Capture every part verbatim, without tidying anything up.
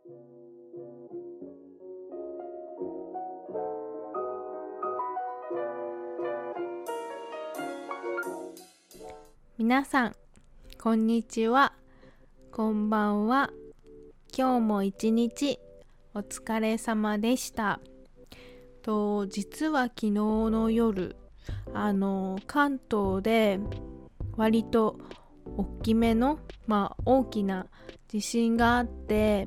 皆さん、こんにちは、こんばんは。今日も一日お疲れ様でした。と実は昨日の夜、あの関東で割と大きめの、まあ大きな地震があって、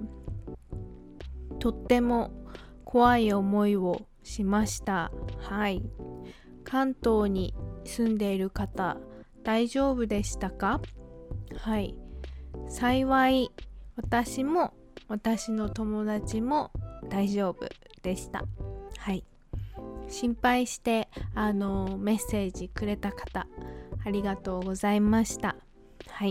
とっても怖い思いをしました。はい。関東に住んでいる方、大丈夫でしたか？はい。幸い私も私の友達も大丈夫でした。はい。心配してあのメッセージくれた方、ありがとうございました。はい。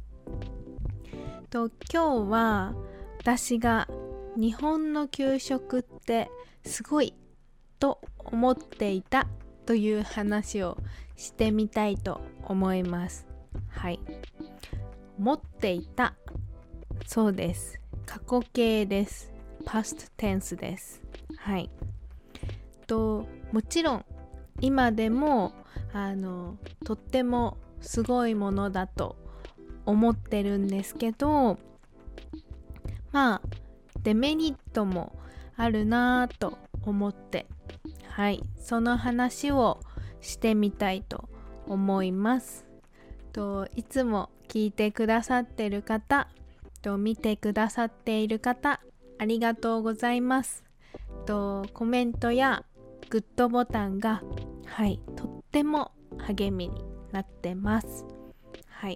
と今日は私が日本の給食ってすごいと思っていたという話をしてみたいと思います。はい。持っていた。そうです。過去形です。past tense です。はい。と、もちろん今でもあのとってもすごいものだと思ってるんですけど、まあデメリットもあるなぁと思って、はい、その話をしてみたいと思います。といつも聞いてくださってる方と見てくださっている方、ありがとうございます。とコメントやグッドボタンが、はい、とっても励みになってます。はい。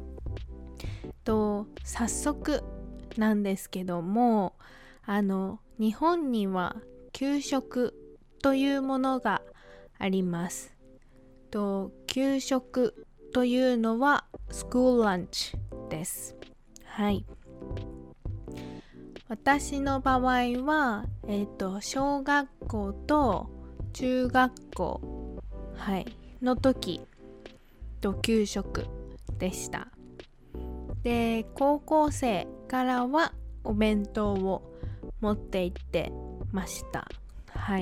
と早速なんですけども、あの日本には給食というものがあります。と給食というのはスクールランチです。はい。私の場合は、えっと、小学校と中学校、はい、の時と給食でした。で、高校生からはお弁当を持って行ってました。はい。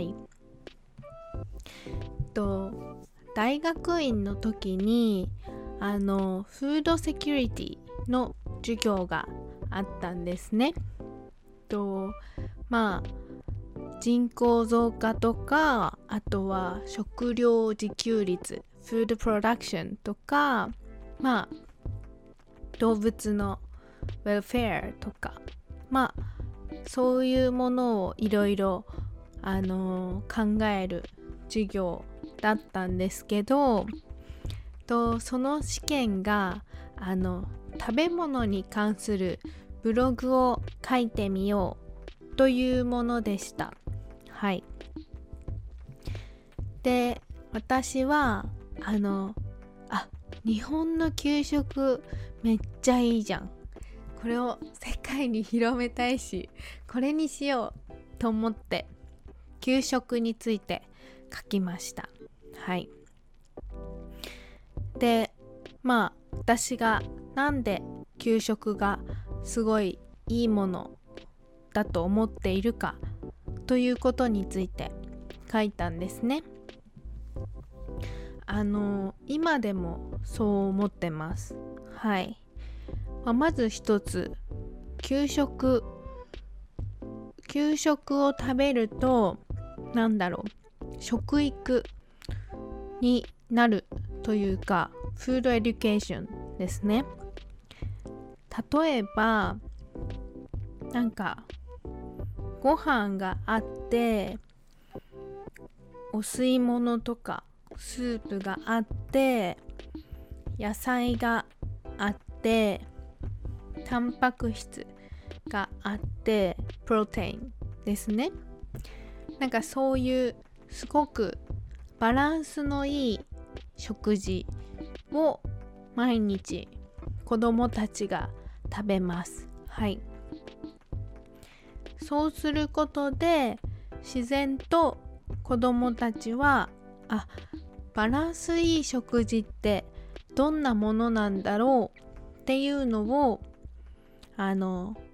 と大学院の時にあのフードセキュリティの授業があったんですね。とまあ人口増加とか、あとは食料自給率、フードプロダクションとか、まあ動物のウェルフェアとか、まあそういうものをいろいろあの考える授業だったんですけど、とその試験があの食べ物に関するブログを書いてみようというものでした。はい。で、私はあのあ日本の給食めっちゃいいじゃん、これを世界に広めたいし、これにしようと思って給食について書きました。はい。で、まあ私がなんで給食がすごいいいものだと思っているかということについて書いたんですね。あの今でもそう思ってます。はい。まあ、まず一つ、給食給食を食べるとなんだろう食育になるというか、フードエデュケーションですね。例えばなんかご飯があって、お吸い物とかスープがあって、野菜があって、タンパク質があって、プロテインですね。なんかそういうすごくバランスのいい食事を毎日子供たちが食べます。はい。そうすることで自然と子供たちは、あ、バランスいい食事ってどんなものなんだろうっていうのをあの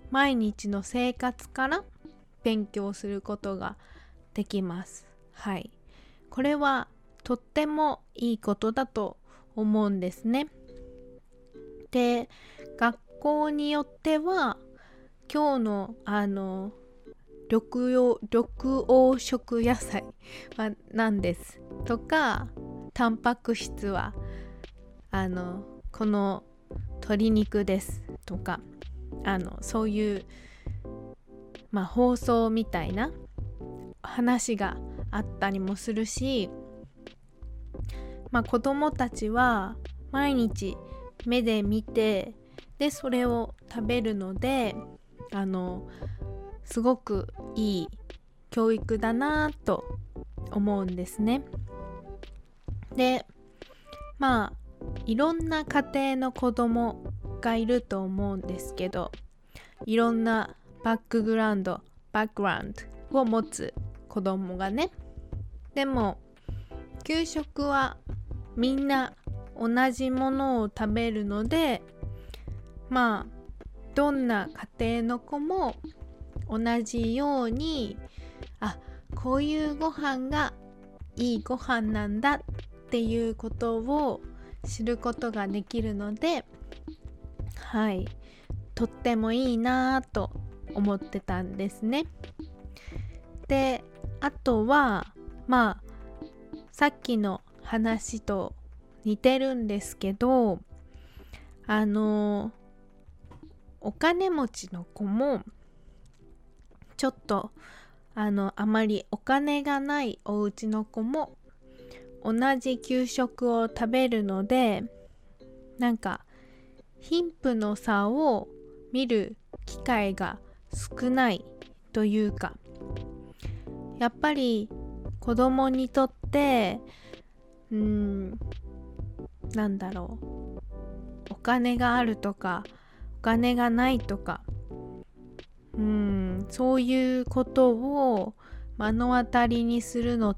毎日の生活から勉強することができます。はい。これはとってもいいことだと思うんですね。で、学校によっては今日のあの緑葉緑黄色野菜は何ですとか、タンパク質はあのこの鶏肉ですとか、あのそういう、まあ、放送みたいな話があったりもするし、まあ、子どもたちは毎日目で見て、でそれを食べるので、あのすごくいい教育だなと思うんですね。で、まあいろんな家庭の子供がいると思うんですけど、いろんなバックグラウンド、バックグラウンドを持つ子供がね。でも給食はみんな同じものを食べるので、まあどんな家庭の子も同じように、あ、こういうご飯がいいご飯なんだっていうことを知ることができるので、はい、とってもいいなぁと思ってたんですね。で、あとはまあさっきの話と似てるんですけど、あのお金持ちの子もちょっとあのあまりお金がないお家の子も同じ給食を食べるので、なんか貧富の差を見る機会が少ないというか、やっぱり子供にとってうーんなんだろう、お金があるとかお金がないとか、うーんそういうことを目の当たりにするのって、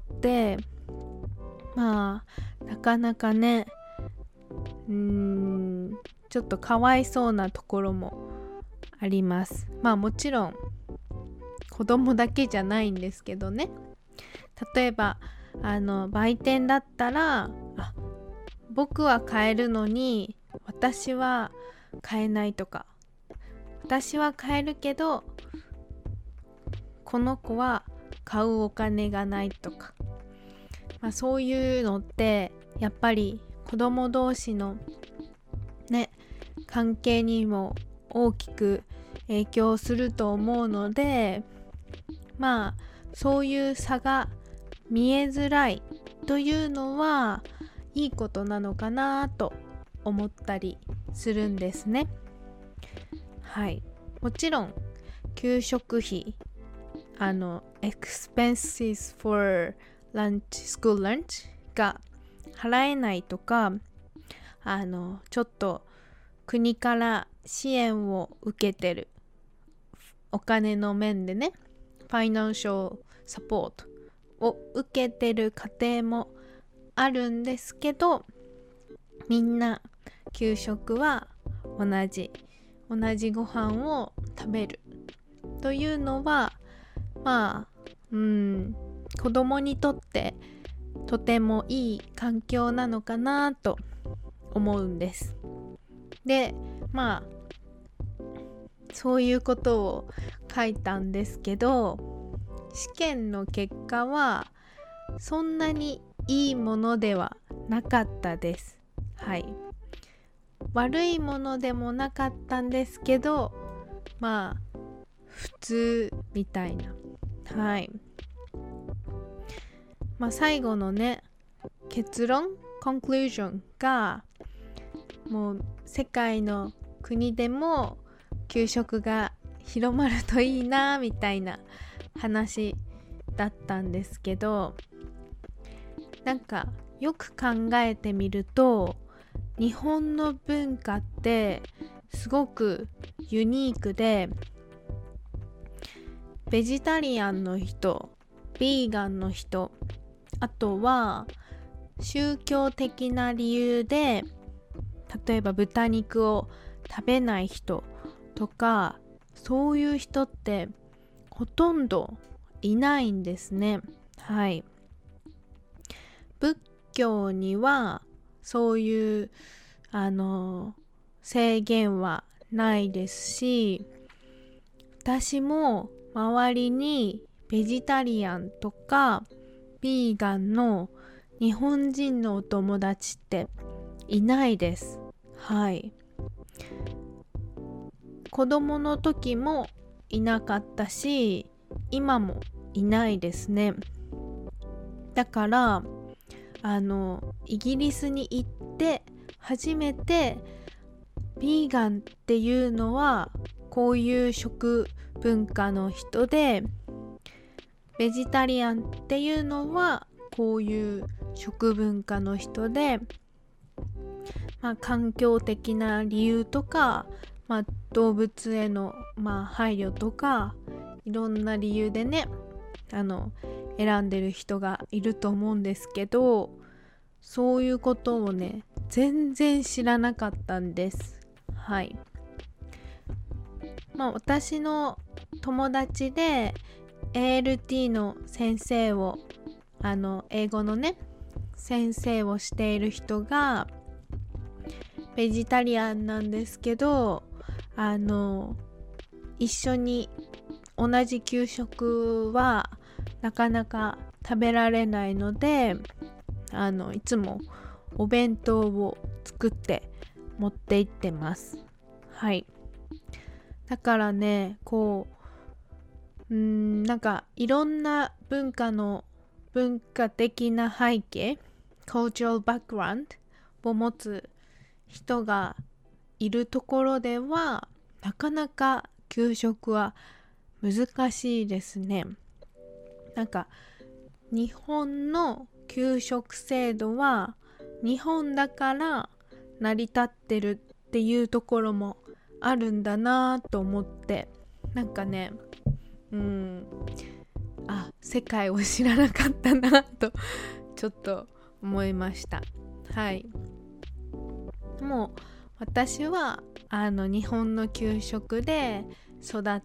まあなかなかね、うーんちょっとかわいそうなところもあります。まあもちろん子供だけじゃないんですけどね。例えばあの売店だったら、あ、僕は買えるのに私は買えないとか、私は買えるけどこの子は買うお金がないとか、まあ、そういうのってやっぱり子供同士のね関係にも大きく影響すると思うので、まあそういう差が見えづらいというのはいいことなのかなと思ったりするんですね。はい、もちろん給食費、あの expenses for lunch, school lunch が払えないとか、あのちょっと国から支援を受けてる、お金の面でね、ファイナンシャルサポートを受けてる家庭もあるんですけど、みんな給食は同じ同じご飯を食べるというのは、まあうん子供にとってとてもいい環境なのかなと思うんです。で、まあそういうことを書いたんですけど、試験の結果はそんなにいいものではなかったです。はい。悪いものでもなかったんですけど、まあ普通みたいな。はい。まあ最後のね結論 conclusion が、もう世界の国でも給食が広まるといいなみたいな話だったんですけど、なんかよく考えてみると日本の文化ってすごくユニークで、ベジタリアンの人、ビーガンの人、あとは宗教的な理由で例えば豚肉を食べない人とか、 そういう人ってほとんどいないんですね。はい。仏教にはそういうあの制限はないですし、私も周りにベジタリアンとかビーガンの日本人のお友達っていないです。はい。子供の時もいなかったし、今もいないですね。だからあのイギリスに行って初めてビーガンっていうのはこういう食文化の人で、ベジタリアンっていうのはこういう食文化の人で、まあ、環境的な理由とか、まあ、動物への、まあ、配慮とかいろんな理由でねあの選んでる人がいると思うんですけど、そういうことをね全然知らなかったんです。はい。まあ私の友達で エーエルティー の先生をあの英語のね先生をしている人がベジタリアンなんですけど、あの一緒に同じ給食はなかなか食べられないので、あのいつもお弁当を作って持って行ってます。はい。だからね、こう、うーん、なんかいろんな文化の文化的な背景、cultural background を持つ人がいるところでは、なかなか給食は難しいですね。なんか日本の給食制度は日本だから成り立ってるっていうところもあるんだなと思って、なんかね、うん、あ、世界を知らなかったなとちょっと思いました。はい。もう私はあの日本の給食で育って、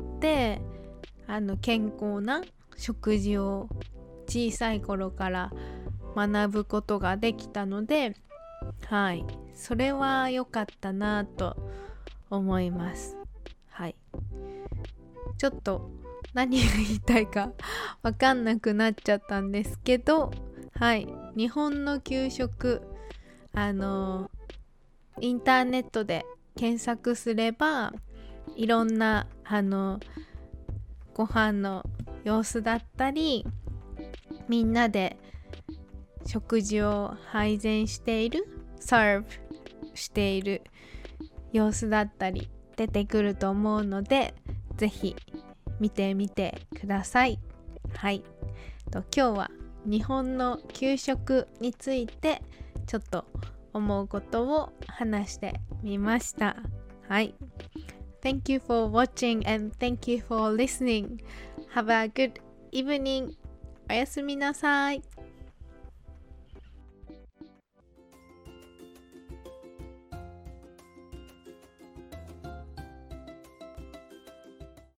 あの健康な食事を小さい頃から学ぶことができたので、はい、それは良かったなと思います。はい。ちょっと何が言いたいかわかんなくなっちゃったんですけど、はい、日本の給食、あのインターネットで検索すればいろんなあのご飯の様子だったり、みんなで食事を配膳している、サーブしている様子だったり出てくると思うので、ぜひ見てみてください。はい。と今日は日本の給食についてちょっと思うことを話してみました。はい。Thank you for watching and thank you for listening. Have a good evening. おやすみなさい。